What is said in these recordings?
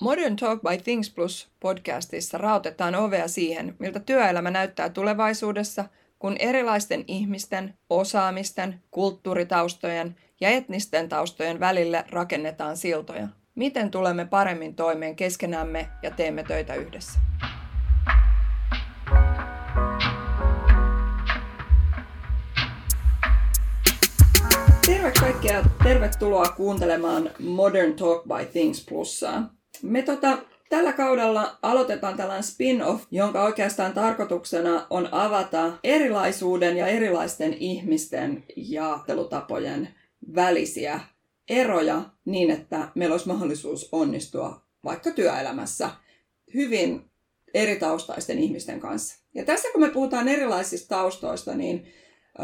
Modern Talk by Things Plus podcastissa raotetaan ovea siihen, miltä työelämä näyttää tulevaisuudessa, kun erilaisten ihmisten, osaamisten, kulttuuritaustojen ja etnisten taustojen välille rakennetaan siltoja. Miten tulemme paremmin toimeen keskenämme ja teemme töitä yhdessä? Terve kaikki ja tervetuloa kuuntelemaan Modern Talk by Things Plusaa. Me tällä kaudella aloitetaan tällainen spin-off, jonka oikeastaan tarkoituksena on avata erilaisuuden ja erilaisten ihmisten ja ajattelutapojen välisiä eroja niin, että meillä olisi mahdollisuus onnistua vaikka työelämässä hyvin eri taustaisten ihmisten kanssa. Ja tässä kun me puhutaan erilaisista taustoista, niin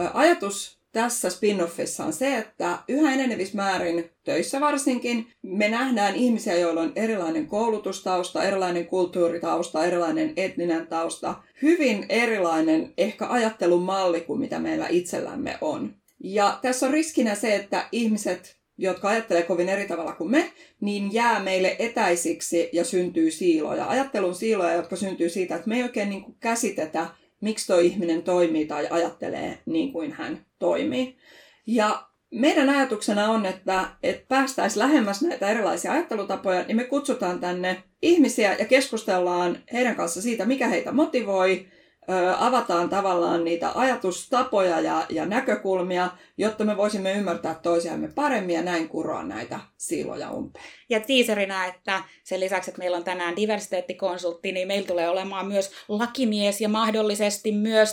ajatus tässä spin-offissa on se, että yhä enenevissä määrin töissä varsinkin me nähdään ihmisiä, joilla on erilainen koulutustausta, erilainen kulttuuritausta, erilainen etninen tausta, hyvin erilainen ehkä ajattelumalli kuin mitä meillä itsellämme on. Ja tässä on riskinä se, että ihmiset, jotka ajattelee kovin eri tavalla kuin me, niin jää meille etäisiksi ja syntyy siiloja. Ajattelun siiloja, jotka syntyy siitä, että me ei oikein käsitetä, miksi tuo ihminen toimii tai ajattelee niin kuin hän toimii. Ja meidän ajatuksena on, että päästäisiin lähemmäs näitä erilaisia ajattelutapoja, niin me kutsutaan tänne ihmisiä ja keskustellaan heidän kanssa siitä, mikä heitä motivoi, avataan tavallaan niitä ajatustapoja ja näkökulmia, jotta me voisimme ymmärtää toisiamme paremmin ja näin kuroa näitä siiloja umpeen. Ja teaserinä, että sen lisäksi, että meillä on tänään diversiteettikonsultti, niin meillä tulee olemaan myös lakimies ja mahdollisesti myös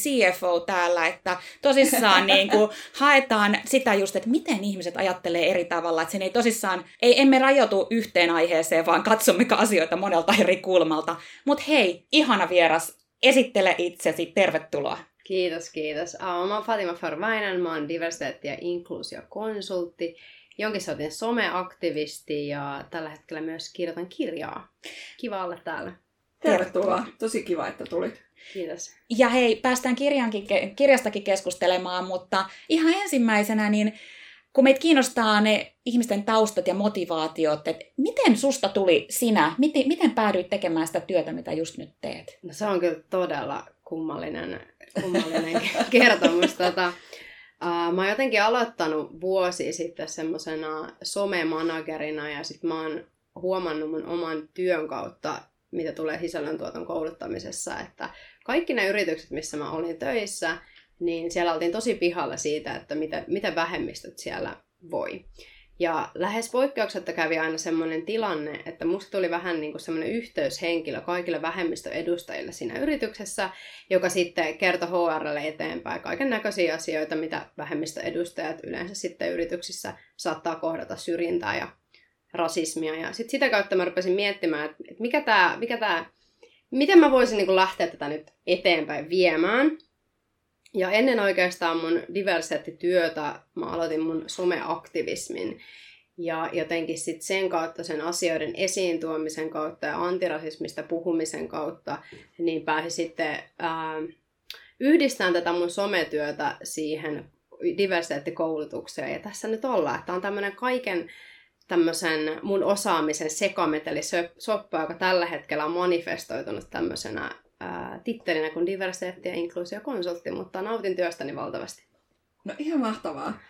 CFO täällä, että tosissaan haetaan sitä just, että miten ihmiset ajattelee eri tavalla, että sen ei tosissaan, emme rajoitu yhteen aiheeseen, vaan katsomme asioita monelta eri kulmalta. Mutta hei, ihana vieras, esittele itsesi, tervetuloa. Kiitos. Mä oon Fatima Farvainen, mä oon diversiteetti- ja inkluusiokonsultti, jonkin sortin someaktivisti ja tällä hetkellä myös kirjoitan kirjaa. Kiva olla täällä. Tervetuloa. Tosi kiva, että tulit. Kiitos. Ja hei, päästään kirjastakin keskustelemaan, mutta ihan ensimmäisenä, niin kun meitä kiinnostaa ne ihmisten taustat ja motivaatiot, että miten susta tuli sinä? Miten päädyit tekemään sitä työtä, mitä just nyt teet? No se on kyllä todella kummallinen kertomus. Mä oon jotenkin aloittanut vuosi sitten semmosena somemanagerina ja sit mä oon huomannut mun oman työn kautta, mitä tulee sisällöntuoton kouluttamisessa, että kaikki ne yritykset, missä mä olin töissä, niin siellä oltiin tosi pihalla siitä, että mitä vähemmistöt siellä voi. Ja lähes poikkeuksetta kävi aina semmoinen tilanne, että musta tuli vähän niin kuin semmoinen yhteyshenkilö kaikille vähemmistöedustajille siinä yrityksessä, joka sitten kertoi HR:lle eteenpäin kaiken näköisiä asioita, mitä vähemmistöedustajat yleensä sitten yrityksissä saattaa kohdata syrjintää ja rasismia. Ja sitten sitä kautta mä rupesin miettimään, että miten mä voisin niin kuin lähteä tätä nyt eteenpäin viemään. Ja ennen oikeastaan mun diversiteettityötä mä aloitin mun someaktivismin ja jotenkin sit sen kautta, sen asioiden esiin tuomisen kautta ja antirasismista puhumisen kautta, niin pääsin sitten yhdistämään tätä mun sometyötä siihen diversiteettikoulutukseen. Ja tässä nyt ollaan, että on tämmöinen kaiken tämmöisen mun osaamisen sekametelisoppa, joka tällä hetkellä on manifestoitunut tämmöisenä tittelinä kuin diversiteetti- ja inkluusiokonsultti, mutta nautin työstäni valtavasti. No ihan mahtavaa.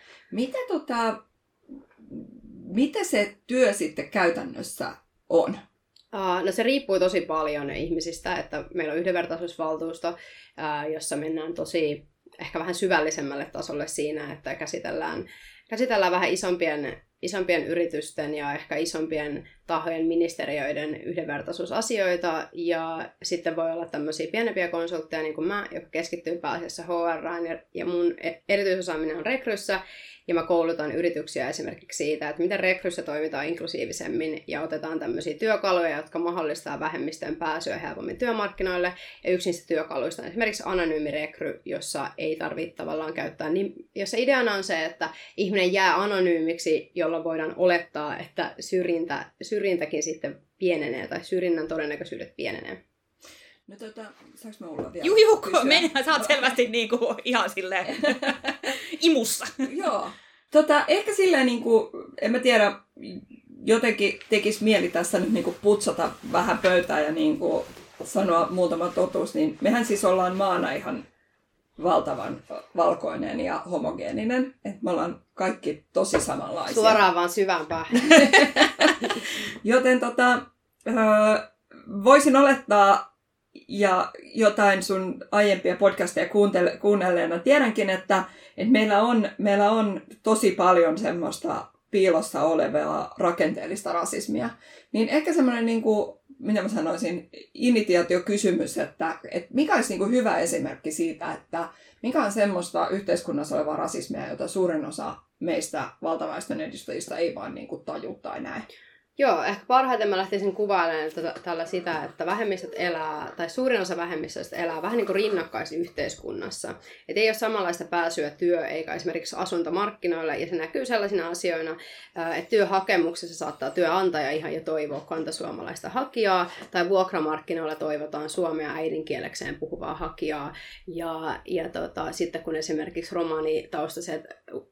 Mitä se työ sitten käytännössä on? No se riippuu tosi paljon ihmisistä, että meillä on yhdenvertaisuusvaltuusto, jossa mennään tosi ehkä vähän syvällisemmälle tasolle siinä, että käsitellään vähän isompien yritysten ja ehkä isompien tahojen ministeriöiden yhdenvertaisuusasioita. Ja sitten voi olla tämmöisiä pienempiä konsultteja, niin kuin mä, joka keskittyy pääasiassa HR:ään. Ja mun erityisosaaminen on rekryssä. Ja mä koulutan yrityksiä esimerkiksi siitä, että miten rekryssä toimitaan inklusiivisemmin ja otetaan tämmöisiä työkaluja, jotka mahdollistaa vähemmistöön pääsyä helpommin työmarkkinoille. Ja yksi niistä työkaluista on esimerkiksi anonyymi rekry, jossa ei tarvitse tavallaan käyttää, jossa ideana on se, että ihminen jää anonyymiksi, jolloin voidaan olettaa, että syrjintäkin sitten pienenee tai syrjinnän todennäköisyydet pienenee. No saanko mä olla vielä? Juu, sä oot selvästi ihan silleen imussa. Joo. Ehkä silleen en mä tiedä, jotenkin tekisi mieli tässä nyt niin kuin putsata vähän pöytää ja niin kuin sanoa muutama totuus, niin mehän siis ollaan maana ihan valtavan valkoinen ja homogeeninen. Että me ollaan kaikki tosi samanlaisia. Suoraan vaan syvään päähän. Joten voisin olettaa, ja jotain sun aiempia podcasteja kuunnelleena tiedänkin, että meillä on tosi paljon semmoista piilossa olevaa rakenteellista rasismia. Niin ehkä semmoinen, niin kuin, mitä mä sanoisin, initiaatiokysymys, että mikä olisi niin kuin hyvä esimerkki siitä, että mikä on semmoista yhteiskunnassa olevaa rasismia, jota suurin osa meistä valtaväestön edustajista ei vaan niin kuin taju tai näe. Joo, ehkä parhaiten mä lähtisin kuvailemaan tällä sitä, että vähemmistöt elää, tai suurin osa vähemmistöistä elää vähän niin kuin rinnakkaisyhteiskunnassa. Että ei ole samanlaista pääsyä eikä esimerkiksi asuntomarkkinoille, ja se näkyy sellaisina asioina, että työhakemuksessa saattaa työnantaja ihan jo toivoa kantasuomalaista hakijaa, tai vuokramarkkinoilla toivotaan suomea äidinkielekseen puhuvaa hakijaa, ja sitten kun esimerkiksi romanitaustaiset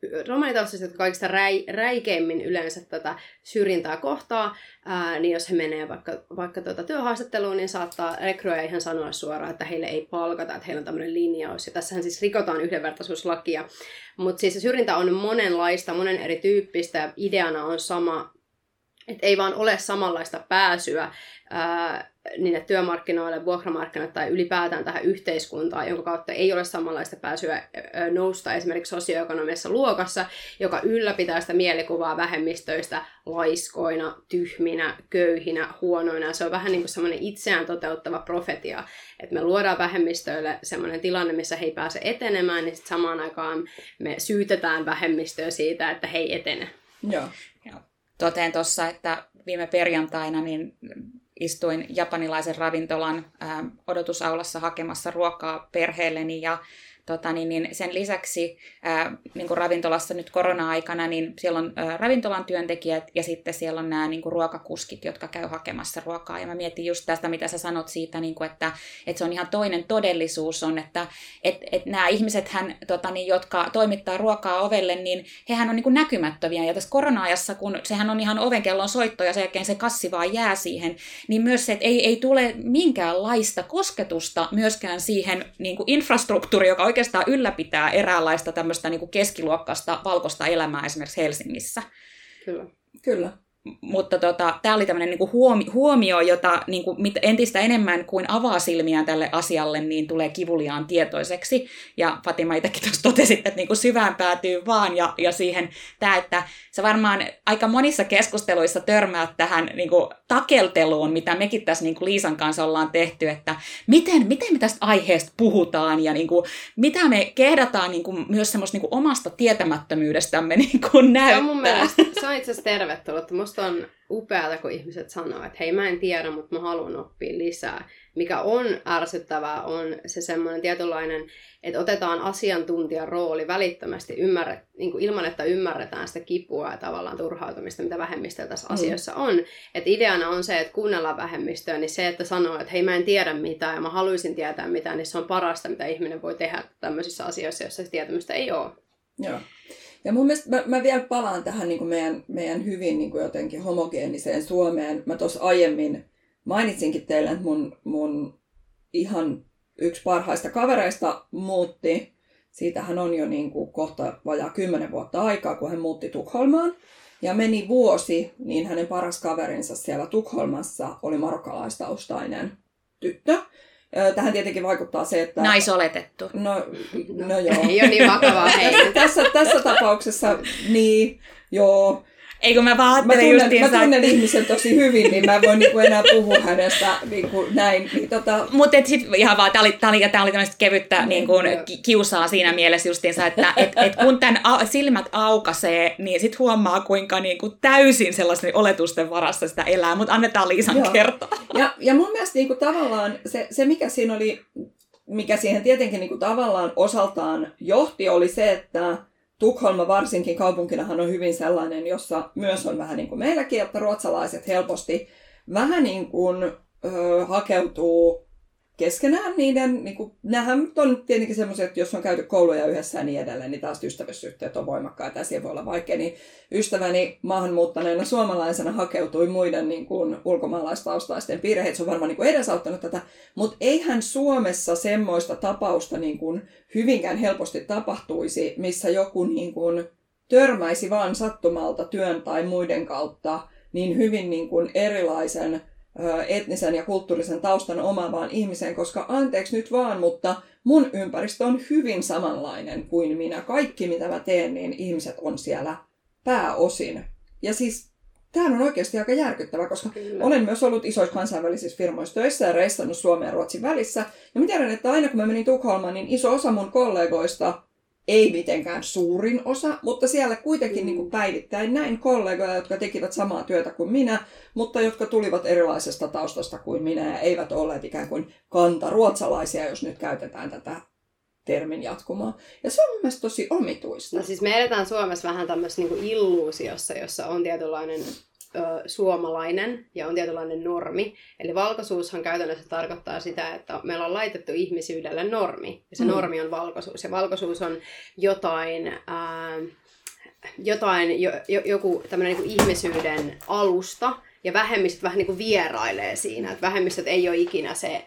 kaikista räikeimmin yleensä tätä syrjintää kohtaa, niin jos he menee vaikka työhaastatteluun, niin saattaa rekryä ihan sanoa suoraan, että heille ei palkata, että heillä on tämmöinen linjaus. Ja tässähän siis rikotaan yhdenvertaisuuslakia. Mutta siis se syrjintä on monenlaista, monen eri tyyppistä, ja ideana on sama, että ei vaan ole samanlaista pääsyä niille työmarkkinoille, vuokramarkkinoille tai ylipäätään tähän yhteiskuntaan, jonka kautta ei ole samanlaista pääsyä nousta esimerkiksi sosioekonomisessa luokassa, joka ylläpitää sitä mielikuvaa vähemmistöistä laiskoina, tyhminä, köyhinä, huonoina. Se on vähän niin kuin semmoinen itseään toteuttava profetia, että me luodaan vähemmistöille semmoinen tilanne, missä he ei pääse etenemään, niin sitten samaan aikaan me syytetään vähemmistöä siitä, että he ei etene. Joo. Toteen tuossa, että viime perjantaina niin istuin japanilaisen ravintolan odotusaulassa hakemassa ruokaa perheelleni ja sen lisäksi niin kuin ravintolassa nyt korona-aikana, niin siellä on ravintolan työntekijät ja sitten siellä on nämä niin kuin ruokakuskit, jotka käy hakemassa ruokaa. Ja mä mietin just tästä, mitä sä sanot siitä, niin kuin, että se on ihan toinen todellisuus on, että nämä ihmisethän, jotka toimittaa ruokaa ovelle, niin hehän on niin kuin näkymättömiä. Ja tässä korona-ajassa, kun sehän on ihan ovenkellon soitto ja sen jälkeen se kassi vaan jää siihen, niin myös se, että ei tule minkäänlaista kosketusta myöskään siihen niin kuin infrastruktuuriin, joka oikeastaan ylläpitää eräänlaista tämmöistä niin kuin keskiluokkaista valkoista elämää esimerkiksi Helsingissä. Kyllä. Mutta tämä oli tämmöinen niin kuin huomio, jota niin kuin entistä enemmän kuin avaa silmiään tälle asialle, niin tulee kivuliaan tietoiseksi. Ja Fatima itsekin tuossa totesit, että niin kuin syvään päätyy vaan ja siihen tämä, että sä varmaan aika monissa keskusteluissa törmäät tähän niin kuin takelteluun, mitä mekin tässä niin kuin Liisan kanssa ollaan tehty, että miten me tästä aiheesta puhutaan ja niin kuin, mitä me kehdataan niin kuin myös semmoista niin kuin omasta tietämättömyydestämme niin kuin näyttää. Se on mun mielestä, se on itse asiassa tervetullut. Musta on upeata, kun ihmiset sanoo, että hei, mä en tiedä, mutta mä haluan oppia lisää. Mikä on ärsyttävää, on se semmoinen tietynlainen, että otetaan asiantuntijan rooli välittömästi niin kuin ilman, että ymmärretään sitä kipua ja tavallaan turhautumista, mitä vähemmistöllä tässä asiassa on. Että ideana on se, että kuunnellaan vähemmistöä, niin se, että sanoo, että hei, mä en tiedä mitään ja mä haluaisin tietää mitään, niin se on parasta, mitä ihminen voi tehdä tämmöisissä asioissa, joissa se tietämystä ei ole. Joo. Ja mun mielestä mä vielä palaan tähän niin kuin meidän hyvin niin kuin jotenkin homogeeniseen Suomeen. Mä tuossa aiemmin mainitsinkin teille, että mun ihan yksi parhaista kavereista muutti. Siitähän on jo niin kuin kohta vajaa 10 vuotta aikaa, kun hän muutti Tukholmaan. Ja meni vuosi, niin hänen paras kaverinsa siellä Tukholmassa oli marokalaistaustainen tyttö. Tähän tietenkin vaikuttaa se, että... Naisoletettu. No joo. Ei ole niin vakavaa heille. Tässä tapauksessa, niin joo. Ei kun mä vaan ajattelin mä tunnen ihmisen tosi hyvin, niin mä en voi niinku enää puhua hänestä niinku näin. Niin, Mutta sitten ihan vaan, tää oli tämmöistä kevyttä niin kuin, kiusaa siinä mielessä justiinsa, että kun tämän silmät aukaisee, niin sit huomaa kuinka niin kuin, täysin sellaisten oletusten varassa sitä elää. Mutta annetaan Liisan kertoa. Ja mun mielestä niinku, tavallaan se mikä siinä oli, mikä siihen tietenkin niinku, tavallaan osaltaan johti, oli se, että Tukholma varsinkin kaupunkinahan on hyvin sellainen, jossa myös on vähän niin kuin meilläkin, että ruotsalaiset helposti vähän niin kuin hakeutuu keskenään niiden, niin kuin, nämähän on tietenkin semmoisia, että jos on käyty kouluja yhdessä ja niin edelleen, niin taas ystävyyssuhteet on voimakkaita ja siihen voi olla vaikea. Niin ystäväni maahanmuuttaneena suomalaisena hakeutui muiden niin kuin, ulkomaalaistaustaisten piiriin, se on varmaan niin kuin edesauttanut tätä, mutta eihän Suomessa semmoista tapausta niin kuin, hyvinkään helposti tapahtuisi, missä joku niin kuin, törmäisi vaan sattumalta työn tai muiden kautta niin hyvin niin kuin, erilaisen etnisen ja kulttuurisen taustan omaavaan ihmiseen, koska anteeksi nyt vaan, mutta mun ympäristö on hyvin samanlainen kuin minä. Kaikki mitä mä teen, niin ihmiset on siellä pääosin. Ja siis tämä on oikeasti aika järkyttävää, koska olen myös ollut isoissa kansainvälisissä firmoissa töissä ja reissannut Suomen ja Ruotsin välissä. Ja mä tiedän, että aina kun mä menin Tukholmaan, niin iso osa mun kollegoista, ei mitenkään suurin osa, mutta siellä kuitenkin niin kuin päivittäin näin kollegoja, jotka tekivät samaa työtä kuin minä, mutta jotka tulivat erilaisesta taustasta kuin minä ja eivät olleet ikään kuin kantaruotsalaisia, jos nyt käytetään tätä termin jatkumoa. Ja se on mun mielestä tosi omituista. No siis me eletään Suomessa vähän tämmöisessä niin kuin illuusiossa, jossa on tietynlainen suomalainen ja on tietynlainen normi. Eli valkoisuushan käytännössä tarkoittaa sitä, että meillä on laitettu ihmisyydelle normi. Ja se normi on valkoisuus. Ja valkoisuus on joku tämmöinen niin kuin ihmisyyden alusta. Ja vähemmistöt vähän niin kuin vierailee siinä. Että vähemmistöt ei ole ikinä se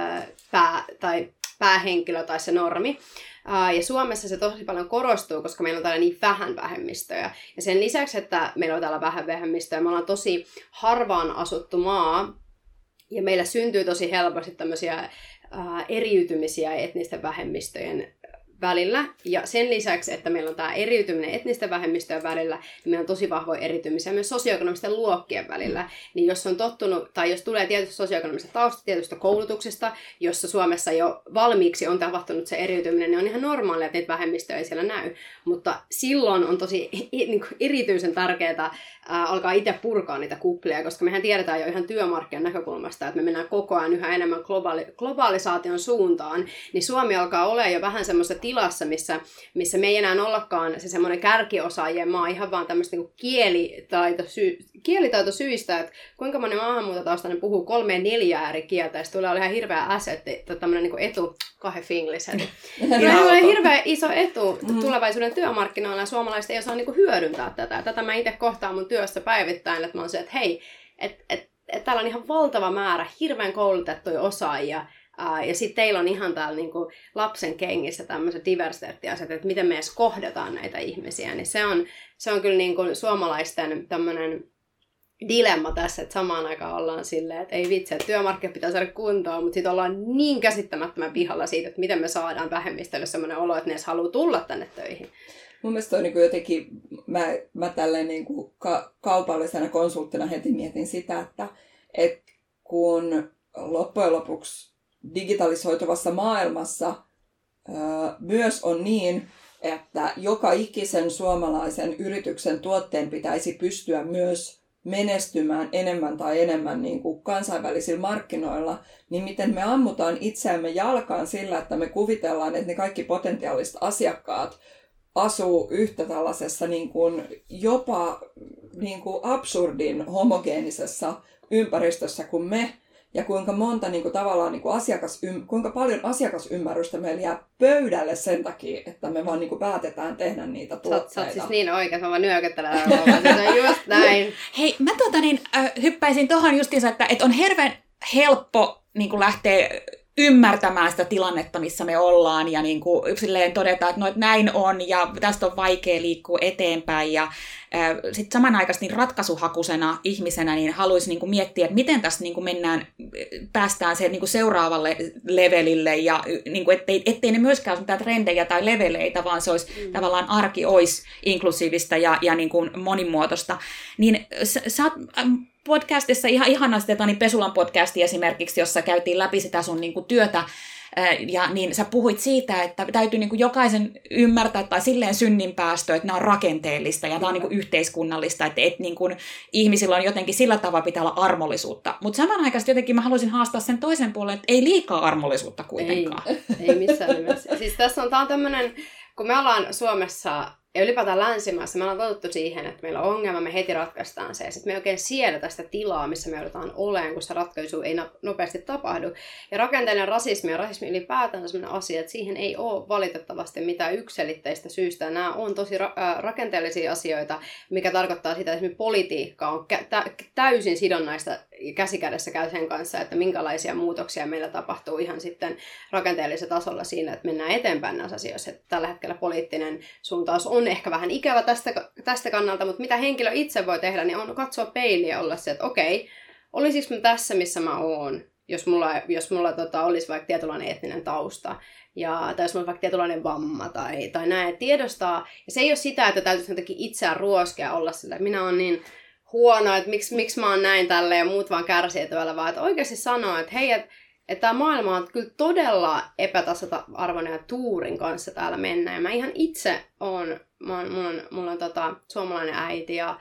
päähenkilö tai se normi. Ja Suomessa se tosi paljon korostuu, koska meillä on täällä niin vähän vähemmistöjä. Ja sen lisäksi, että meillä on täällä vähän vähemmistöjä, me ollaan tosi harvaan asuttu maa. Ja meillä syntyy tosi helposti tämmöisiä eriytymisiä etnisten vähemmistöjen välillä. Ja sen lisäksi, että meillä on tämä eriytyminen etnisten vähemmistöjen välillä, niin meillä on tosi vahvoja eriytymisiä myös sosioekonomisten luokkien välillä. Niin jos on tottunut, tai jos tulee tietystä sosioekonomista taustasta, tietystä koulutuksesta, jossa Suomessa jo valmiiksi on tapahtunut se eriytyminen, niin on ihan normaalia, että niitä vähemmistöjä ei siellä näy. Mutta silloin on tosi erityisen tärkeää alkaa itse purkaa niitä kuplia, koska mehän tiedetään jo ihan työmarkkinan näkökulmasta, että me mennään koko ajan yhä enemmän globalisaation suuntaan, niin Suomi alkaa olla jo vähän semmoista tilassa, missä me ei enää ollakaan se semmoinen kärkiosaajien maa, ihan vaan tämmöistä niin kielitaitosyistä, että kuinka monen maahanmuuttotaustainen puhuu 3-4 eri kieltä, ja se tulee olla ihan hirveä assetti, tämmöinen niin etu, kahdenfingliset. Se on hirveä iso etu tulevaisuuden työmarkkinoilla, ja suomalaiset ei osaa niin hyödyntää tätä. Tätä mä itse kohtaan mun työssä päivittäin, että mä oon se, että hei, täällä on ihan valtava määrä hirveän koulutettuja osaajia, ja sitten teillä on ihan täällä niinku lapsen kengissä tämmöiset diversiteettiasiat, että miten me edes kohdataan näitä ihmisiä. Niin se on kyllä niinku suomalaisten tämmöinen dilemma tässä, että samaan aikaan ollaan silleen, että ei vitsi, että työmarkkinat pitää saada kuntoon, mutta sitten ollaan niin käsittämättömän pihalla siitä, että miten me saadaan vähemmistölle semmoinen olo, että ne edes haluaa tulla tänne töihin. Mun mielestä on niin jotenkin, mä tälleen niin kaupallisena konsulttina heti mietin sitä, että kun loppujen lopuksi digitalisoituvassa maailmassa myös on niin, että joka ikisen suomalaisen yrityksen tuotteen pitäisi pystyä myös menestymään enemmän tai enemmän niin kuin kansainvälisillä markkinoilla, niin miten me ammutaan itseämme jalkaan sillä, että me kuvitellaan, että ne kaikki potentiaaliset asiakkaat asuu yhtä tällaisessa niin kuin jopa niin kuin absurdin homogeenisessa ympäristössä kuin me, ja kuinka monta niin kuin, tavallaan niin kuin kuinka paljon asiakasymmärrystä meillä jää pöydälle sen takia, että me vaan niin kuin, päätetään tehdä niitä tuotteita. Sä oot siis niin oikein, mä vaan nyökyttelen. Se on just näin. Hei, mä hyppäisin tuohon justiinsa, että on hirveän helppo niin kuin lähteä ymmärtämään sitä tilannetta, missä me ollaan ja niin kuin silleen todeta, että, että näin on ja tästä on vaikea liikkua eteenpäin ja sitten samanaikaisesti niin ratkaisuhakuisena ihmisenä niin haluaisin niin kuin miettiä, että miten tässä niin kuin päästään siihen niin kuin seuraavalle levelille ja niin kuin, ettei ne myöskään ole mitään trendejä tai leveleitä, vaan se olisi tavallaan arki olisi inklusiivista ja niin kuin monimuotoista. Niin sä oot podcastissa ihan ihanasti, niin Pesulan podcasti esimerkiksi, jossa käytiin läpi sitä sun niin kuin työtä, ja niin sä puhuit siitä, että täytyy niin kuin jokaisen ymmärtää tai silleen synninpäästö, että nämä on rakenteellista ja tämä on niin kuin yhteiskunnallista, että niin kuin ihmisillä on jotenkin sillä tavalla pitää olla armollisuutta. Mutta samanaikaisesti jotenkin mä haluaisin haastaa sen toisen puolen, että ei liikaa armollisuutta kuitenkaan. Ei missään nimessä. Siis tää on tämmöinen, kun me ollaan Suomessa ja ylipäätään länsimaissa me ollaan totuttu siihen, että meillä on ongelma, me heti ratkaistaan se. Ja sitten me oikein siedetä sitä tilaa, missä me joudutaan olemaan, kun se ratkaisu ei nopeasti tapahdu. Ja rakenteellinen rasismi ja rasismi ylipäätään on sellainen asia, että siihen ei ole valitettavasti mitään yksiselitteistä syystä. Nämä on tosi rakenteellisia asioita, mikä tarkoittaa sitä, että esimerkiksi politiikka on täysin sidonnaista käsikädessä käy sen kanssa, että minkälaisia muutoksia meillä tapahtuu ihan sitten rakenteellisella tasolla siinä, että mennään eteenpäin näissä asioissa. Että tällä hetkellä poliittinen suuntaus on ehkä vähän ikävä tästä kannalta, mutta mitä henkilö itse voi tehdä, niin on katsoa peiliä ja olla se, että okei, olisiko mä tässä, missä mä oon, jos mulla olisi vaikka tietynlainen etninen tausta, tai jos mulla on vaikka tietynlainen vamma tai näin, tiedostaa. Ja se ei ole sitä, että täytyisi jotenkin itseään ruoskea olla sillä, että minä olen niin huono, että miksi mä oon näin tälleen ja muut vaan kärsii tuolla, vaan että oikeasti sanoo, että hei, että tämä maailma on kyllä todella epätasa-arvoinen ja tuurin kanssa täällä mennään. Ja mä ihan itse mulla on suomalainen äiti ja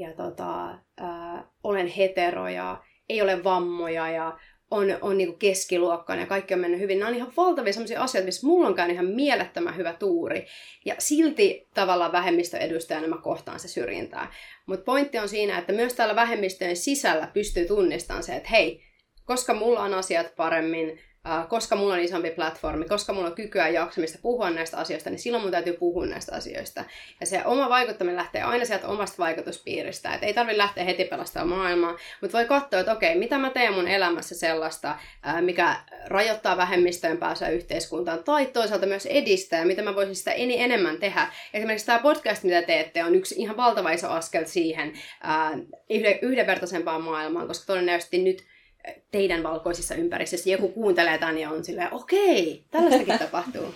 olen hetero ja ei ole vammoja ja on niinku keskiluokkainen ja kaikki on mennyt hyvin. Nämä on ihan valtavia sellaisia asioita, missä mulla on käynyt ihan mielettömän hyvä tuuri. Ja silti tavallaan vähemmistöedustajana mä kohtaan se syrjintää. Mutta pointti on siinä, että myös täällä vähemmistöjen sisällä pystyy tunnistamaan se, että hei, koska mulla on asiat paremmin, koska mulla on isompi platformi, koska mulla on kykyä ja jaksamista puhua näistä asioista, niin silloin mun täytyy puhua näistä asioista. Ja se oma vaikuttaminen lähtee aina sieltä omasta vaikutuspiiristä. Et ei tarvitse lähteä heti pelastamaan maailmaa, mutta voi katsoa, että okei, mitä mä teen mun elämässä sellaista, mikä rajoittaa vähemmistöjen pääsyä yhteiskuntaan, tai toisaalta myös edistää, mitä mä voisin sitä enemmän tehdä. Esimerkiksi tämä podcast, mitä teette, on yksi ihan valtava iso askel siihen yhdenvertaisempaan maailmaan, koska todennäköisesti nyt teidän valkoisissa ympäristöissä joku kuuntelee tämän ja on silleen, okei, tällaistakin tapahtuu.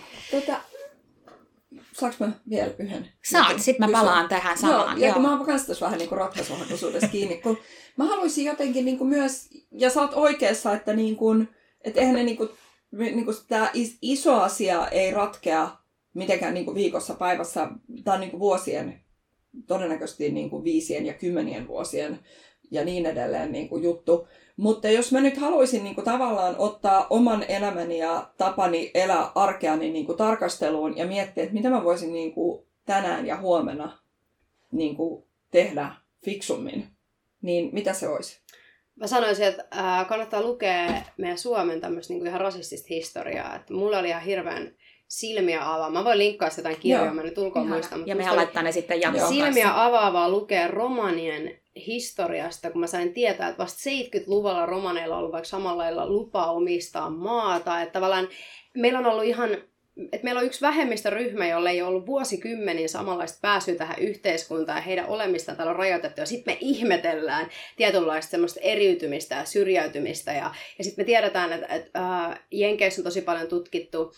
Saanko mä vielä yhden? Saat, sitten mä palaan tähän samaan. Joo, kun mä oon kanssa tässä vähän niin kuin ratkaisuhakuisuudessa kiinni, kun mä haluaisin jotenkin niin kuin myös, ja sä oot oikeassa, että, niin kuin, että eihän ne niin kuin tämä iso asia ei ratkea mitenkään niin kuin viikossa, päivässä, tai niin kuin vuosien, todennäköisesti niin kuin 5 ja 10 vuosien ja niin edelleen niin kuin juttu. Mutta jos mä nyt haluaisin niin kuin tavallaan ottaa oman elämäni ja tapani elää arkeani niin kuin tarkasteluun ja miettiä, että mitä mä voisin niin kuin tänään ja huomenna niin kuin tehdä fiksummin, niin mitä se olisi? Mä sanoisin, että kannattaa lukea meidän Suomen tämmöistä niin kuin ihan rasistista historiaa. Että mulla oli ihan hirveän silmiä avaavaa. Mä voin linkkaa sitä jotain kirjoja, mä nyt ulkoon muista. Ja me laittaa ne sitten jakson kanssa. Silmiä avaavaa lukea romanien historiasta, kun mä sain tietää, että vasta 70-luvulla romaneilla on ollut vaikka samalla lailla lupa omistaa maata. Että tavallaan meillä on ollut ihan, että meillä on yksi vähemmistöryhmä, jolle ei ollut vuosikymmeniä samanlaista pääsyä tähän yhteiskuntaan ja heidän olemistaan täällä on rajoitettu. Ja sitten me ihmetellään tietynlaista semmoista eriytymistä ja syrjäytymistä. Ja sitten me tiedetään, että Jenkeissä on tosi paljon tutkittu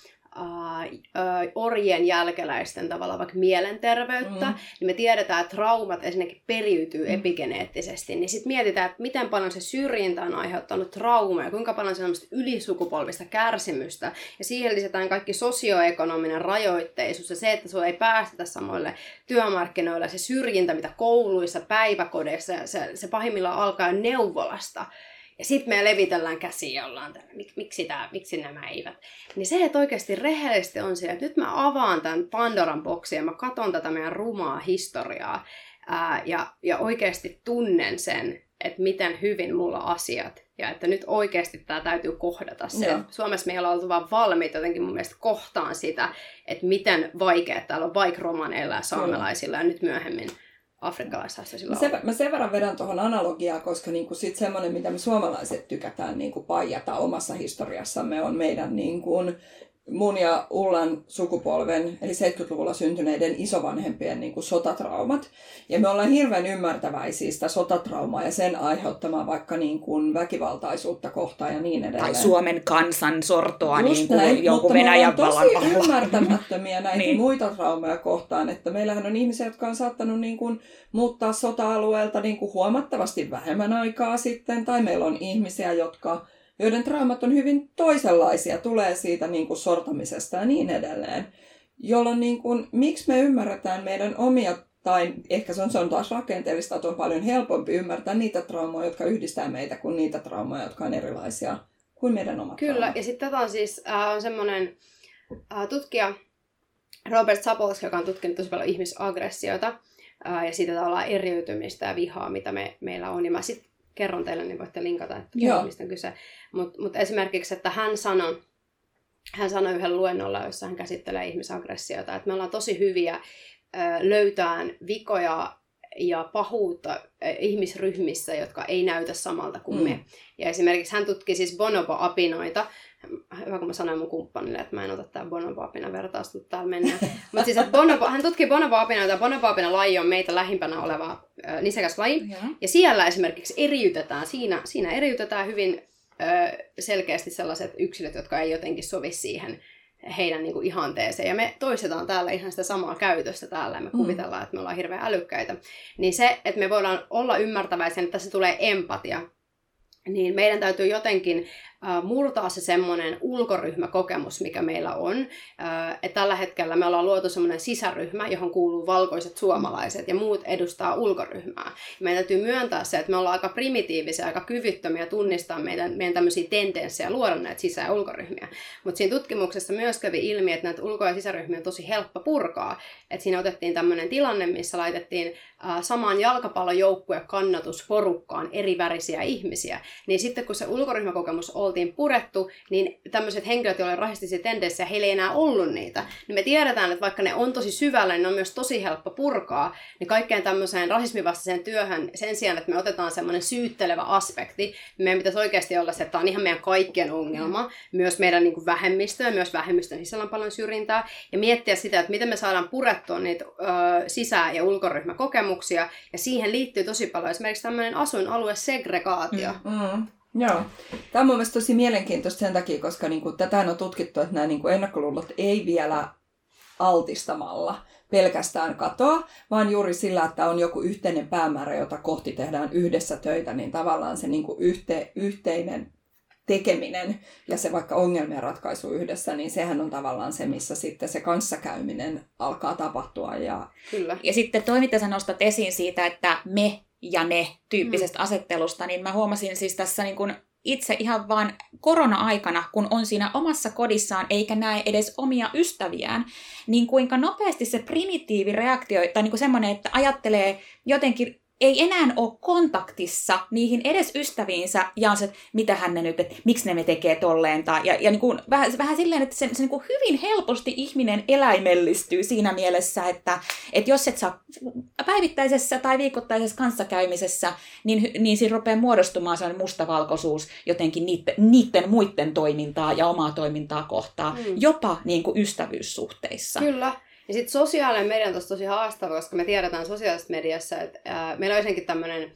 orjien jälkeläisten tavallaan vaikka mielenterveyttä, niin me tiedetään, että traumat ensinnäkin periytyy epigeneettisesti, niin sitten mietitään, että miten paljon se syrjintä on aiheuttanut traumaa, kuinka paljon se on ylisukupolvista kärsimystä, ja siihen lisätään kaikki sosioekonominen rajoitteisuus, ja se, että sinua ei päästetä samoille työmarkkinoille, se syrjintä, mitä kouluissa, päiväkodeissa, se pahimmillaan alkaa neuvolasta. Ja sitten me levitellään käsiä ja ollaan tällä, miksi nämä eivät. Niin se, että oikeasti rehellisesti on se, että nyt mä avaan tämän Pandoran boksin ja mä katson tätä meidän rumaa historiaa ja oikeasti tunnen sen, että miten hyvin mulla on asiat. Ja että nyt oikeasti tämä täytyy kohdata se. Suomessa meillä on oltu vaan valmiita jotenkin mun mielestä kohtaan sitä, että miten vaikea täällä on vaikka romaneilla ja saamelaisilla ja nyt myöhemmin afrikkalaishastoisilla mä sen verran vedän tuohon analogiaan, koska niinku sit semmoinen, mitä me suomalaiset tykätään niinku paijata omassa historiassamme, on meidän niinku, mun ja Ullan sukupolven, eli 70-luvulla syntyneiden isovanhempien niinku sotatraumat. Ja me ollaan hirveän ymmärtäväisiä sitä sotatraumaa ja sen aiheuttamaa vaikka niinku väkivaltaisuutta kohtaan ja niin edelleen. Tai Suomen kansan sortoa niin kuin joku Venäjän vallan vahva. Mutta me ollaan tosi ymmärtämättömiä näitä muita traumeja kohtaan, että meillähän on ihmisiä, jotka on saattanut niinku muuttaa sota-alueelta niinku huomattavasti vähemmän aikaa sitten, tai meillä on ihmisiä, joiden traumat on hyvin toisenlaisia, tulee siitä niin kuin sortamisesta ja niin edelleen. Jolloin niin kuin, miksi me ymmärretään meidän omia, tai ehkä se on taas rakenteellista, että on paljon helpompi ymmärtää niitä traumoja, jotka yhdistää meitä, kuin niitä traumoja, jotka on erilaisia kuin meidän omat Kyllä, traumat. ja sitten tätä on siis semmoinen tutkija Robert Sapolsky, joka on tutkinut tosi paljon ihmisaggressiota ja siitä tavallaan eriytymistä ja vihaa, mitä meillä on. Ja mä sitten kerron teille, niin voitte linkata, että mistä on kyse. Mutta esimerkiksi, että hän sanoi yhden luennolla, jossa hän käsittelee ihmisaggressiota, että me ollaan tosi hyviä löytämään vikoja ja pahuutta ihmisryhmissä, jotka ei näytä samalta kuin me. Ja esimerkiksi hän tutki siis bonobo-apinoita. Hyvä, kun mä sanoin mun kumppanille, että mä en ota tää bonobo-apina vertausta täällä mennään. Mutta siis, että hän tutki bonobo-apinoita. Bonobo-apina-laji on meitä lähimpänä oleva nisäkäs laji. Ja siellä esimerkiksi eriytetään, siinä eriytetään hyvin selkeästi sellaiset yksilöt, jotka ei jotenkin sovi siihen heidän niin kuin ihanteeseen. Ja me toistetaan täällä ihan sitä samaa käytöstä täällä. Me kuvitellaan, että me ollaan hirveän älykkäitä. Niin se, että me voidaan olla ymmärtäväisiä, että tässä tulee empatia, niin meidän täytyy jotenkin murtaa se semmoinen ulkoryhmäkokemus, mikä meillä on. Että tällä hetkellä me ollaan luotu semmoinen sisäryhmä, johon kuuluu valkoiset suomalaiset ja muut edustaa ulkoryhmää. Ja meidän täytyy myöntää se, että me ollaan aika primitiivisiä, aika kyvyttömiä tunnistaa meidän tämmöisiä tendenssejä luoda näitä sisä- ja ulkoryhmiä. Mutta siinä tutkimuksessa myös kävi ilmi, että näitä ulko- ja sisäryhmiä on tosi helppo purkaa. Että siinä otettiin tämmöinen tilanne, missä laitettiin samaan jalkapallojoukkueen kannatusporukkaan eri värisiä ihmisiä. Niin sitten kun se ulkoryhmäkokemus oltiin purettu, niin tämmöiset henkilöt, joilla on rasistisia tendenssejä, heillä ei enää ollut niitä. Niin me tiedetään, että vaikka ne on tosi syvällä, niin ne on myös tosi helppo purkaa. Niin kaikkeen tämmöiseen rasismivastaiseen työhön, sen sijaan, että me otetaan semmoinen syyttelevä aspekti, niin meidän pitäisi oikeasti olla se, että tämä on ihan meidän kaikkien ongelma. Myös meidän niin kuin vähemmistöä, myös vähemmistön sisällä on paljon syrjintää. Ja miettiä sitä, että miten me saadaan purettua niitä sisä- ja ulkoryhmäkokemuksia. Ja siihen liittyy tosi paljon esimerkiksi tämmöinen asuinaluesegregaatio. Joo. Tämä on mun mielestä tosi mielenkiintoista sen takia, koska niin kuin, tätä on tutkittu, että nämä niin kuin ennakkoluulot ei vielä altistamalla pelkästään katoa, vaan juuri sillä, että on joku yhteinen päämäärä, jota kohti tehdään yhdessä töitä, niin tavallaan se niin kuin yhteinen tekeminen ja se vaikka ongelmien ratkaisu yhdessä, niin sehän on tavallaan se, missä sitten se kanssakäyminen alkaa tapahtua. Kyllä. Ja sitten toi, mitä sä nostat esiin siitä, että me ja ne tyyppisestä asettelusta, niin mä huomasin siis tässä niin kun itse ihan vaan korona-aikana, kun on siinä omassa kodissaan eikä näe edes omia ystäviään, niin kuinka nopeasti se primitiivireaktio, tai niin kuin semmoinen, että ajattelee jotenkin, ei enää ole kontaktissa niihin edes ystäviinsä ja on se, että mitähän ne nyt, että miksi ne tekee tolleen. Ja niin kuin, vähän silleen, että se niin kuin hyvin helposti ihminen eläimellistyy siinä mielessä, että jos et saa päivittäisessä tai viikoittaisessa kanssakäymisessä, niin siinä rupeaa muodostumaan sellainen mustavalkoisuus jotenkin niiden muiden toimintaa ja omaa toimintaa kohtaan, jopa niin kuin ystävyyssuhteissa. Kyllä. Ja sitten sosiaalinen media on tosi haastava, koska me tiedetään sosiaalisessa mediassa, että meillä on jotenkin tämmöinen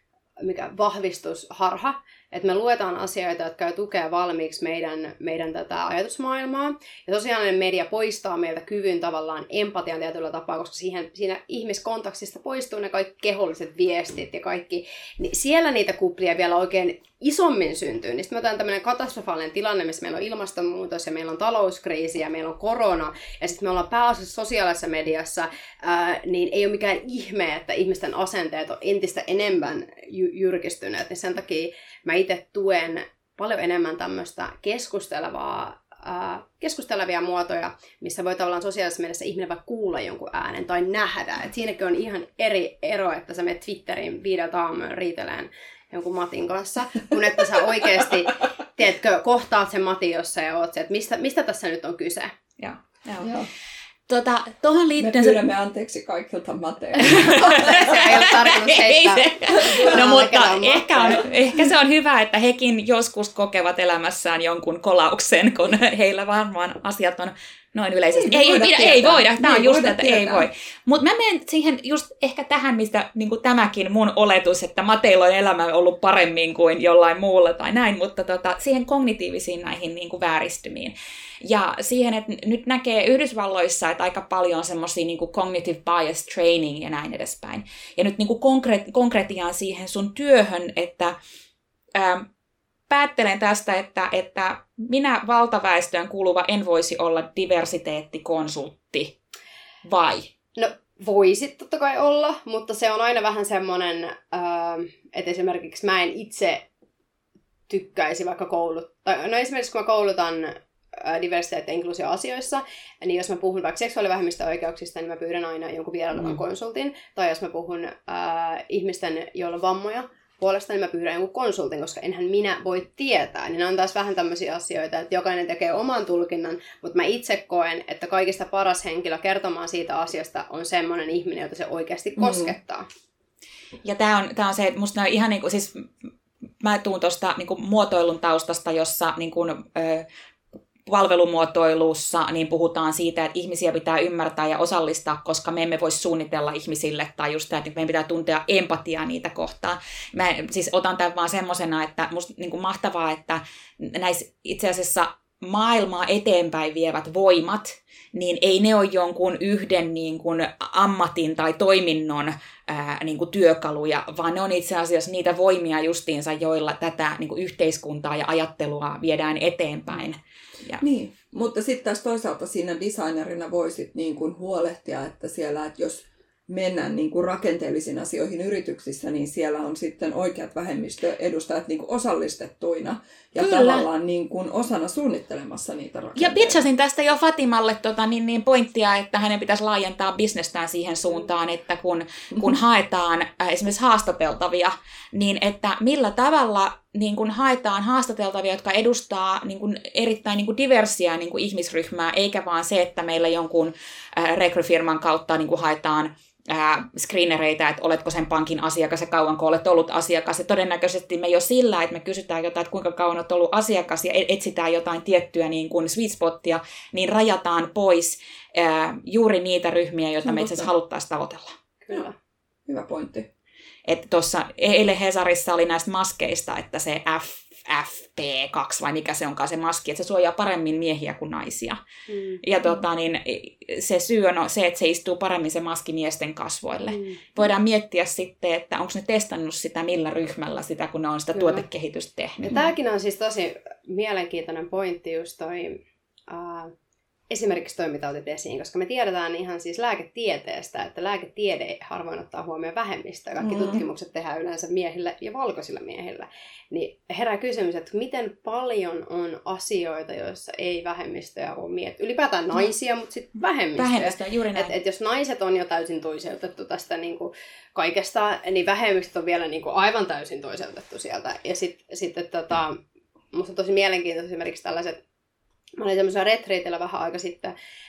vahvistusharha, että me luetaan asioita, jotka tukee valmiiksi meidän tätä ajatusmaailmaa. Ja sosiaalinen media poistaa meiltä kyvyn tavallaan empatian tietyllä tapaa, koska siinä ihmiskontaktista poistuu ne kaikki keholliset viestit ja kaikki. Niin siellä niitä kuplia vielä oikein isommin syntyy. Niin sitten me otetaan tämmöinen katastrofaalinen tilanne, missä meillä on ilmastonmuutos ja meillä on talouskriisi ja meillä on korona. Ja sitten me ollaan pääasiassa sosiaalisessa mediassa, niin ei ole mikään ihme, että ihmisten asenteet on entistä enemmän jyrkistyneet. Niin sen takia mä itse tuen paljon enemmän tämmöistä keskustelevia muotoja, missä voi tavallaan sosiaalisessa mielessä ihminen vaikka kuulla jonkun äänen tai nähdä. Et siinäkin on ihan eri ero, että sä menet Twitteriin 5 aamuun riiteleen jonkun Matin kanssa, kun että sä oikeasti, tiedätkö, kohtaat sen Matin jossain ja oot se, että mistä tässä nyt on kyse. Joo. Tuohon liittyen... Me pyydämme anteeksi kaikilta Mateja. Se ei ole tarkoitus heittää. No mutta ehkä se on hyvä, että hekin joskus kokevat elämässään jonkun kolauksen, kun heillä varmaan asiat on noin yleisesti. Ei voida. Tämä on just, että ei voi. Mutta mä menen siihen just ehkä tähän, mistä niin kuin tämäkin mun oletus, että Mateilla on elämä ollut paremmin kuin jollain muulla tai näin, mutta siihen kognitiivisiin näihin niin kuin vääristymiin. Ja siihen, että nyt näkee Yhdysvalloissa, että aika paljon on semmoisia niin kuin cognitive bias training ja näin edespäin. Ja nyt niin kuin konkretiaan siihen sun työhön, että päättelen tästä, että minä valtaväestöön kuuluva en voisi olla diversiteettikonsultti, vai? No voisit totta kai olla, mutta se on aina vähän semmoinen, että esimerkiksi mä en itse tykkäisi vaikka no esimerkiksi kun mä koulutan diversiteetti- ja inkluusio-asioissa, niin jos mä puhun vaikka seksuaalivähemmistöoikeuksista, niin mä pyydän aina jonkun vierailevan konsultin. Tai jos mä puhun ihmisten, joilla on vammoja puolesta, niin mä pyydän jonkun konsultin, koska enhän minä voi tietää. Niin ne on taas vähän tämmöisiä asioita, että jokainen tekee oman tulkinnan, mutta mä itse koen, että kaikista paras henkilö kertomaan siitä asiasta on semmoinen ihminen, jota se oikeasti koskettaa. Ja tää on se, että musta ihan niinku, siis mä tuun tuosta niinku muotoilun taustasta, jossa niinku, palvelumuotoilussa niin puhutaan siitä, että ihmisiä pitää ymmärtää ja osallistaa, koska me emme voi suunnitella ihmisille, tai just tämä, että meidän pitää tuntea empatiaa niitä kohtaan. Mä siis otan tämän vaan semmosena, että musta niin kuin mahtavaa, että näissä itse asiassa maailmaa eteenpäin vievät voimat, niin ei ne ole jonkun yhden niin kuin ammatin tai toiminnon niin kuin työkaluja, vaan ne on itse asiassa niitä voimia justiinsa, joilla tätä niin kuin yhteiskuntaa ja ajattelua viedään eteenpäin. Ja. Niin, mutta sitten taas toisaalta siinä designerina voisit niin kuin huolehtia, että siellä, että jos mennään niin kuin rakenteellisiin asioihin yrityksissä, niin siellä on sitten oikeat vähemmistöedustajat niin kuin osallistettuina ja Kyllä. tavallaan niin kuin osana suunnittelemassa niitä rakenteita. Ja pitchasin tästä jo Fatimalle pointtia, että hänen pitäisi laajentaa bisnestään siihen suuntaan, että kun haetaan esimerkiksi haastateltavia, niin että millä tavalla niin kun haetaan haastateltavia, jotka edustaa niin kun erittäin niin kun diversiä niin kun ihmisryhmää, eikä vaan se, että meillä jonkun rekryfirman kautta niin kun haetaan screenereitä, että oletko sen pankin asiakas ja kauanko olet ollut asiakas. Ja todennäköisesti me jo sillä, että me kysytään jotain, että kuinka kauan olet ollut asiakas ja etsitään jotain tiettyä niin kuin sweet spottia, niin rajataan pois juuri niitä ryhmiä, joita me itse asiassa haluttaisiin tavoitella. Kyllä. Hyvä pointti. Että tuossa eilen Hesarissa oli näistä maskeista, että se FFP2 vai mikä se onkaan se maski, että se suojaa paremmin miehiä kuin naisia. Ja se syy on se, että se istuu paremmin se maski miesten kasvoille. Voidaan miettiä sitten, että onko ne testannut sitä millä ryhmällä sitä, kun ne on sitä tuotekehitystä tehnyt. Ja tämäkin on siis tosi mielenkiintoinen pointti just toi esimerkiksi toi, mitä otit esiin, koska me tiedetään ihan siis lääketieteestä, että lääketiede harvoin ottaa huomioon vähemmistöä. Kaikki tutkimukset tehdään yleensä miehillä ja valkoisilla miehillä. Niin herää kysymys, että miten paljon on asioita, joissa ei vähemmistöjä ole mietitty. Ylipäätään naisia, mutta sitten vähemmistöjä. Juuri näin. Et jos naiset on jo täysin toiseutettu tästä niinku kaikesta, niin vähemmistöt on vielä niinku aivan täysin toiseutettu sieltä. Ja sitten musta on tosi mielenkiintoista esimerkiksi tällaiset. Mä olin semmoisella retriitillä vähän aika sitten,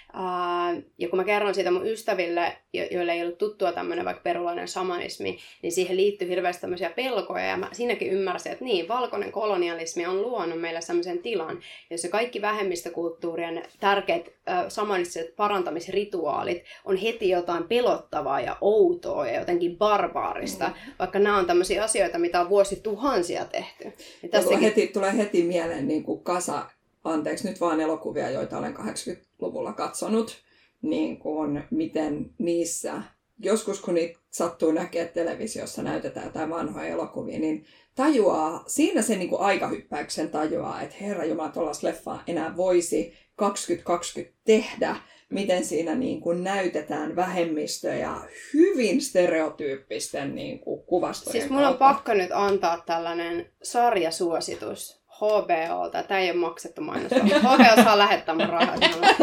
ja kun mä kerron siitä mun ystäville, joille ei ollut tuttua tämmöinen vaikka perulainen shamanismi, niin siihen liittyy hirveästi tämmöisiä pelkoja, ja mä siinäkin ymmärsin, että niin, valkoinen kolonialismi on luonut meille semmoisen tilan, jossa kaikki vähemmistökulttuurien tärkeät shamanistiset parantamisrituaalit on heti jotain pelottavaa ja outoa ja jotenkin barbaarista, vaikka nämä on tämmöisiä asioita, mitä on vuosituhansia tehty. Tulee heti mieleen niin kuin anteeksi nyt vaan elokuvia, joita olen 80-luvulla katsonut, niin kuin miten niissä, joskus kun niitä sattuu näkemään televisiossa, näytetään jotain vanhoja elokuvia, niin tajuaa, siinä se niin kuin aikahyppäyksen tajuaa, että herra jumala, tuollaista leffaa enää voisi 2020 tehdä, miten siinä niin kuin näytetään vähemmistöjä hyvin stereotyyppisten niin kuin kuvastojen siis mun on pakko nyt antaa tällainen sarjasuositus. HBOlta. Tämä ei ole maksettu mainos. HBO saa lähettää mun rahaa.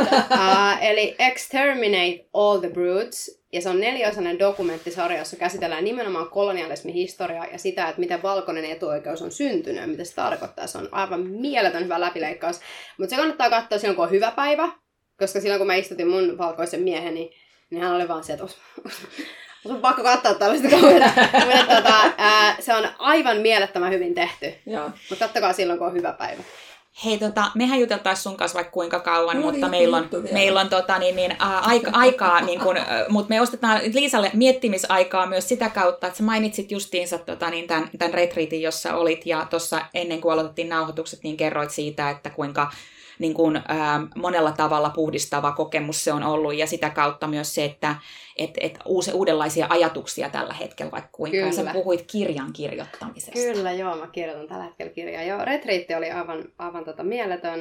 Eli Exterminate All the Brutes. Ja se on 4-osainen dokumenttisarja, jossa käsitellään nimenomaan kolonialismin historiaa ja sitä, että miten valkoinen etuoikeus on syntynyt ja mitä se tarkoittaa. Se on aivan mieletön hyvä läpileikkaus. Mutta se kannattaa katsoa silloin, kun on hyvä päivä. Koska silloin, kun mä istutin mun valkoisen mieheni, niin hän oli vaan se, että on pakko katsoa tällaista kautta. Se on aivan mielettömän hyvin tehty. Mutta katsokaa silloin, kun on hyvä päivä. Hei, mehän juteltaisiin sun kanssa vaikka kuinka kauan, mutta meillä on aikaa, niin kun, mutta me ostetaan Liisalle miettimisaikaa myös sitä kautta, että sä mainitsit justiinsa tämän retriitin, jossa olit, ja tuossa ennen kuin aloitettiin nauhoitukset, niin kerroit siitä, että kuinka niin kuin, monella tavalla puhdistava kokemus se on ollut, ja sitä kautta myös se, että uudenlaisia ajatuksia tällä hetkellä, vaikka kuinka. Kyllä. Sä puhuit kirjan kirjoittamisesta. Kyllä, joo, mä kirjoitan tällä hetkellä kirjaa. Joo, retriitti oli aivan mieletön.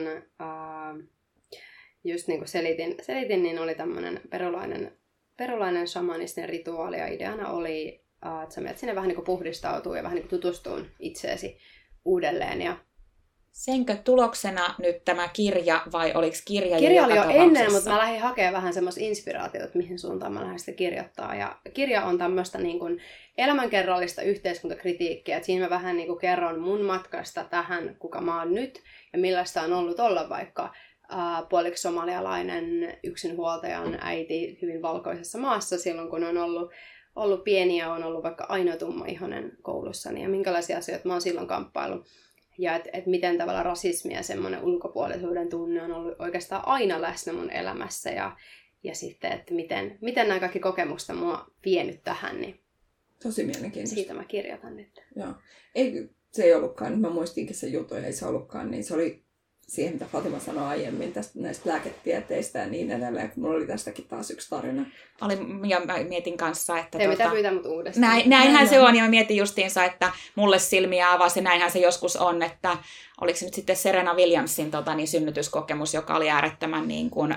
Just niin kuin selitin, niin oli tämmöinen perulainen shamanistinen rituaali, ja ideana oli, että sä menet sinne vähän niin kuin puhdistautuu ja vähän niin kuin tutustuun itseesi uudelleen, ja Senkö tuloksena nyt tämä kirja, vai oliko kirja Kirja oli jo ennen, mutta mä lähdin hakemaan vähän semmoista inspiraatiota, että mihin suuntaan mä lähdin sitä kirjoittaa. Ja kirja on tämmöistä niin kuin elämänkerrallista yhteiskuntakritiikkiä. Että siinä mä vähän niin kuin kerron mun matkasta tähän, kuka mä oon nyt, ja millaista on ollut olla vaikka puoliksi somalialainen yksinhuoltajan äiti hyvin valkoisessa maassa silloin, kun on ollut pieni ja on ollut vaikka ainoa tummaihoinen koulussani, ja minkälaisia asioita mä oon silloin kamppaillut. Ja et miten tavallaan rasismi ja semmoinen ulkopuolisuuden tunne on ollut oikeastaan aina läsnä mun elämässä. Ja sitten, että miten nämä kaikki kokemukset mua vienyt tähän, niin tosi mielenkiintoista. Siitä mä kirjoitan nyt. Joo. Se ei ollutkaan, mä muistinkin sen jutun, ei se ollutkaan, niin se oli siihen, mitä Fatima sanoi aiemmin näistä lääketieteistä ja niin edelleen, kun mulla oli tästäkin taas yksi tarina. Ja mä mietin kanssa, että... Ei mitään pyytää mut uudestaan. Näinhän se on, ja mä mietin justiinsa, että mulle silmiä avasi, ja näinhän se joskus on, että oliko se nyt sitten Serena Williamsin synnytyskokemus, joka oli äärettömän niin kuin,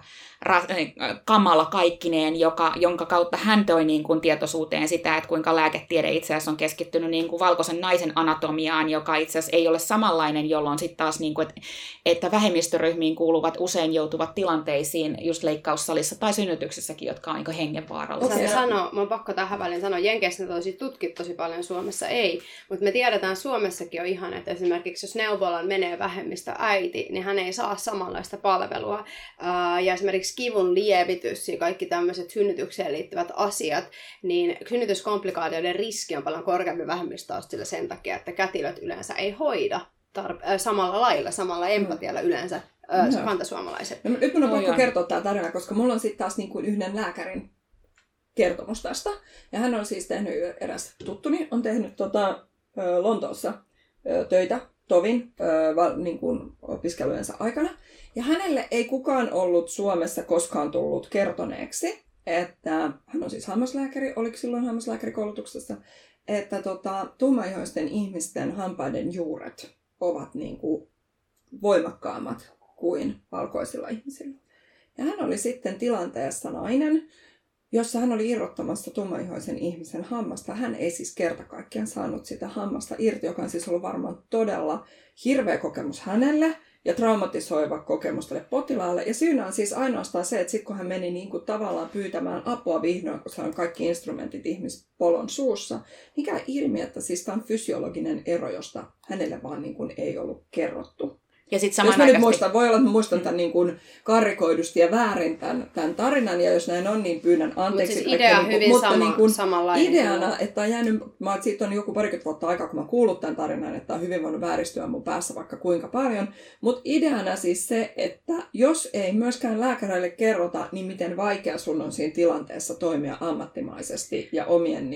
kamala kaikkineen, jonka kautta hän toi niin kuin tietoisuuteen sitä, että kuinka lääketiede itse asiassa on keskittynyt niin kuin valkoisen naisen anatomiaan, joka itse asiassa ei ole samanlainen, jolloin sitten taas, niin kuin, että vähemmistöryhmiin kuuluvat usein joutuvat tilanteisiin just leikkaussalissa tai synnytyksessäkin, jotka on niin hengenvaarallisia. Mä oon pakko tähän väliin sanoa, Jenkeissä tosi tutkittu tosi paljon, Suomessa ei, mutta me tiedetään Suomessakin on ihan, että esimerkiksi jos neuvolaan menee vähemmistöäiti, niin hän ei saa samanlaista palvelua. Ja esimerkiksi kivun lievitys ja kaikki tämmöiset synnytykseen liittyvät asiat, niin synnytyskomplikaatioiden riski on paljon korkeampi vähemmistötaustilla sen takia, että kätilöt yleensä ei hoida samalla lailla, samalla empatialla yleensä kantasuomalaiset. No, nyt minun on pakko kertoa tämä tarina, koska mulla on sitten taas niin kuin yhden lääkärin kertomus tästä. Ja hän on siis tehnyt, eräs tuttuni, on tehnyt Lontoossa töitä tovin niin kuin opiskelujensa aikana. Ja hänelle ei kukaan ollut Suomessa koskaan tullut kertoneeksi, että hän on siis hammaslääkäri, oliko silloin hammaslääkärikoulutuksessa, että tummaihoisten ihmisten hampaiden juuret ovat niin kuin voimakkaammat kuin valkoisilla ihmisillä. Ja hän oli sitten tilanteessa nainen, jossa hän oli irrottamassa tummaihoisen ihmisen hammasta. Hän ei siis kerta kaikkiaan saanut sitä hammasta irti, joka on siis ollut varmaan todella hirveä kokemus hänelle ja traumatisoiva kokemus tälle potilaalle. Ja syynä on siis ainoastaan se, että sitten kun hän meni niin kuin tavallaan pyytämään apua vihdoin, koska hän on kaikki instrumentit ihmispolon suussa, niin käy ilmi, että siis tämä on fysiologinen ero, josta hänelle vaan niin kuin ei ollut kerrottu. Ja sit jos mä nyt muistan, voi olla, että mä muistan tämän niin kuin karrikoidusti ja väärin tämän tarinan, ja jos näin on, niin pyydän anteeksi. Mutta siis idea on hyvin samanlainen. Ideana, että on jäänyt, siitä on joku parikymmentä vuotta aikaa, kun mä kuullut tämän tarinan, että on hyvin voinut vääristyä mun päässä vaikka kuinka paljon. Mutta ideana siis se, että jos ei myöskään lääkäreille kerrota, niin miten vaikea sun on siinä tilanteessa toimia ammattimaisesti ja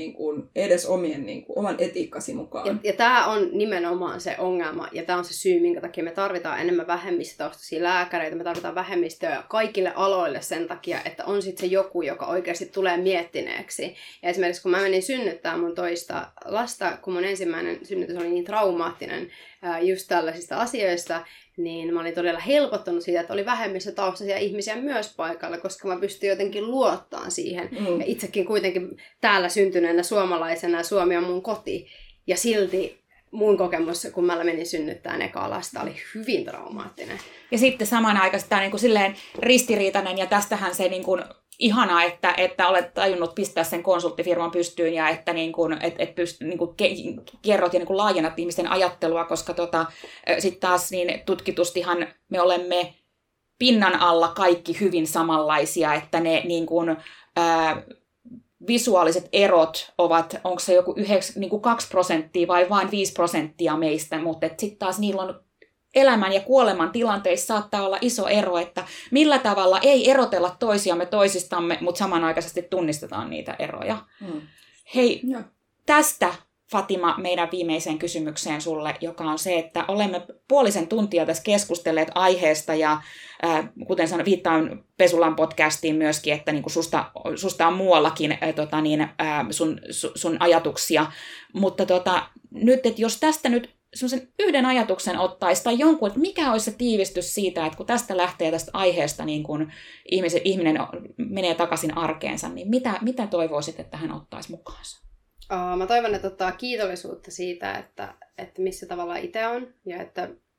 oman etiikkasi mukaan. Ja tämä on nimenomaan se ongelma, ja tämä on se syy, minkä takia me tarvitaan enemmän vähemmistötaustaisia lääkäreitä, me tarvitaan vähemmistöä kaikille aloille sen takia, että on sitten se joku, joka oikeasti tulee miettineeksi. Ja esimerkiksi kun mä menin synnyttämään mun toista lasta, kun mun ensimmäinen synnytys oli niin traumaattinen just tällaisista asioista, niin mä olin todella helpottunut siitä, että oli vähemmistötaustaisia ihmisiä myös paikalla, koska mä pystyin jotenkin luottamaan siihen. Ja itsekin kuitenkin täällä syntyneenä suomalaisena, Suomi on mun koti, ja silti mun kokemus, kun mä menin synnyttämään ekaa lasta, oli hyvin traumaattinen. Ja sitten samanaikaisesti tämä niin silleen ristiriitainen, ja tästähän se niin kuin ihanaa, että olet tajunnut pistää sen konsulttifirman pystyyn, ja että niin kuin, niin kuin kerrot ja niin kuin laajennat ihmisten ajattelua, koska sitten taas niin tutkitustihan me olemme pinnan alla kaikki hyvin samanlaisia, että ne niin kuin, visuaaliset erot ovat, onko se joku 2% vai vain 5% meistä, mutta sitten taas niillä on elämän ja kuoleman tilanteissa saattaa olla iso ero, että millä tavalla ei erotella toisiamme toisistamme, mutta samanaikaisesti tunnistetaan niitä eroja. Hei, tästä Fatima meidän viimeiseen kysymykseen sulle, joka on se, että olemme puolisen tuntia tässä keskustelleet aiheesta ja kuten sanoin, viittaan Pesulan podcastiin myöskin, että niin kuin susta on muuallakin sun ajatuksia, mutta nyt, että jos tästä nyt semmoisen yhden ajatuksen ottaisi tai jonkun, että mikä olisi se tiivistys siitä, että kun tästä lähtee tästä aiheesta niin kun ihminen menee takaisin arkeensa, niin mitä toivoisit, että hän ottaisi mukaansa? Mä toivon, että ottaa kiitollisuutta siitä, että missä tavalla itse on ja että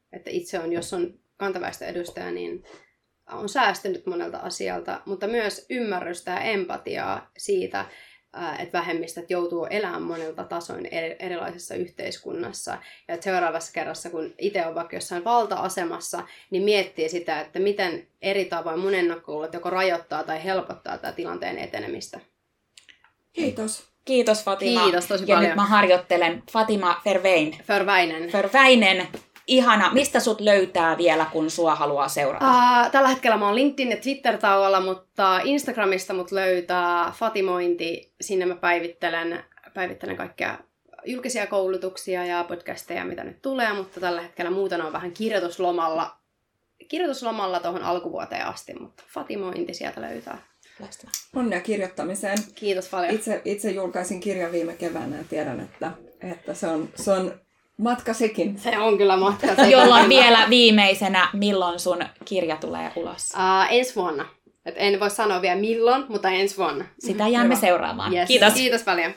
Että itse on, jos on kantaväestön edustaja, niin on säästynyt monelta asialta, mutta myös ymmärrystä ja empatiaa siitä, että vähemmistöt joutuu elämään monilta tasoin erilaisessa yhteiskunnassa. Ja että seuraavassa kerrassa, kun itse on vaikka jossain valta-asemassa, niin miettii sitä, että miten eri tavoin mun ennakkoluulot joko rajoittaa tai helpottaa tätä tilanteen etenemistä. Kiitos. Kiitos Fatima. Kiitos tosi ja paljon. nyt mä harjoittelen Fatima Förväinen. Ihana. Mistä sut löytää vielä, kun sua haluaa seurata? Tällä hetkellä mä oon LinkedIn ja Twitter-tauolla, mutta Instagramista mut löytää Fatimointi. Sinne mä päivittelen kaikkea julkisia koulutuksia ja podcasteja, mitä nyt tulee, mutta tällä hetkellä muuten on vähän kirjoituslomalla tuohon alkuvuoteen asti, mutta Fatimointi sieltä löytää. Onnea kirjoittamiseen. Kiitos paljon. Itse julkaisin kirjan viime keväänä ja tiedän, että se on matka sekin. Se on kyllä matka sekin. Jolloin vielä viimeisenä, milloin sun kirja tulee ulos? Ensi vuonna. En voi sanoa vielä milloin, mutta ensi vuonna. Sitä jäämme seuraamaan. Yes. Kiitos. Kiitos paljon.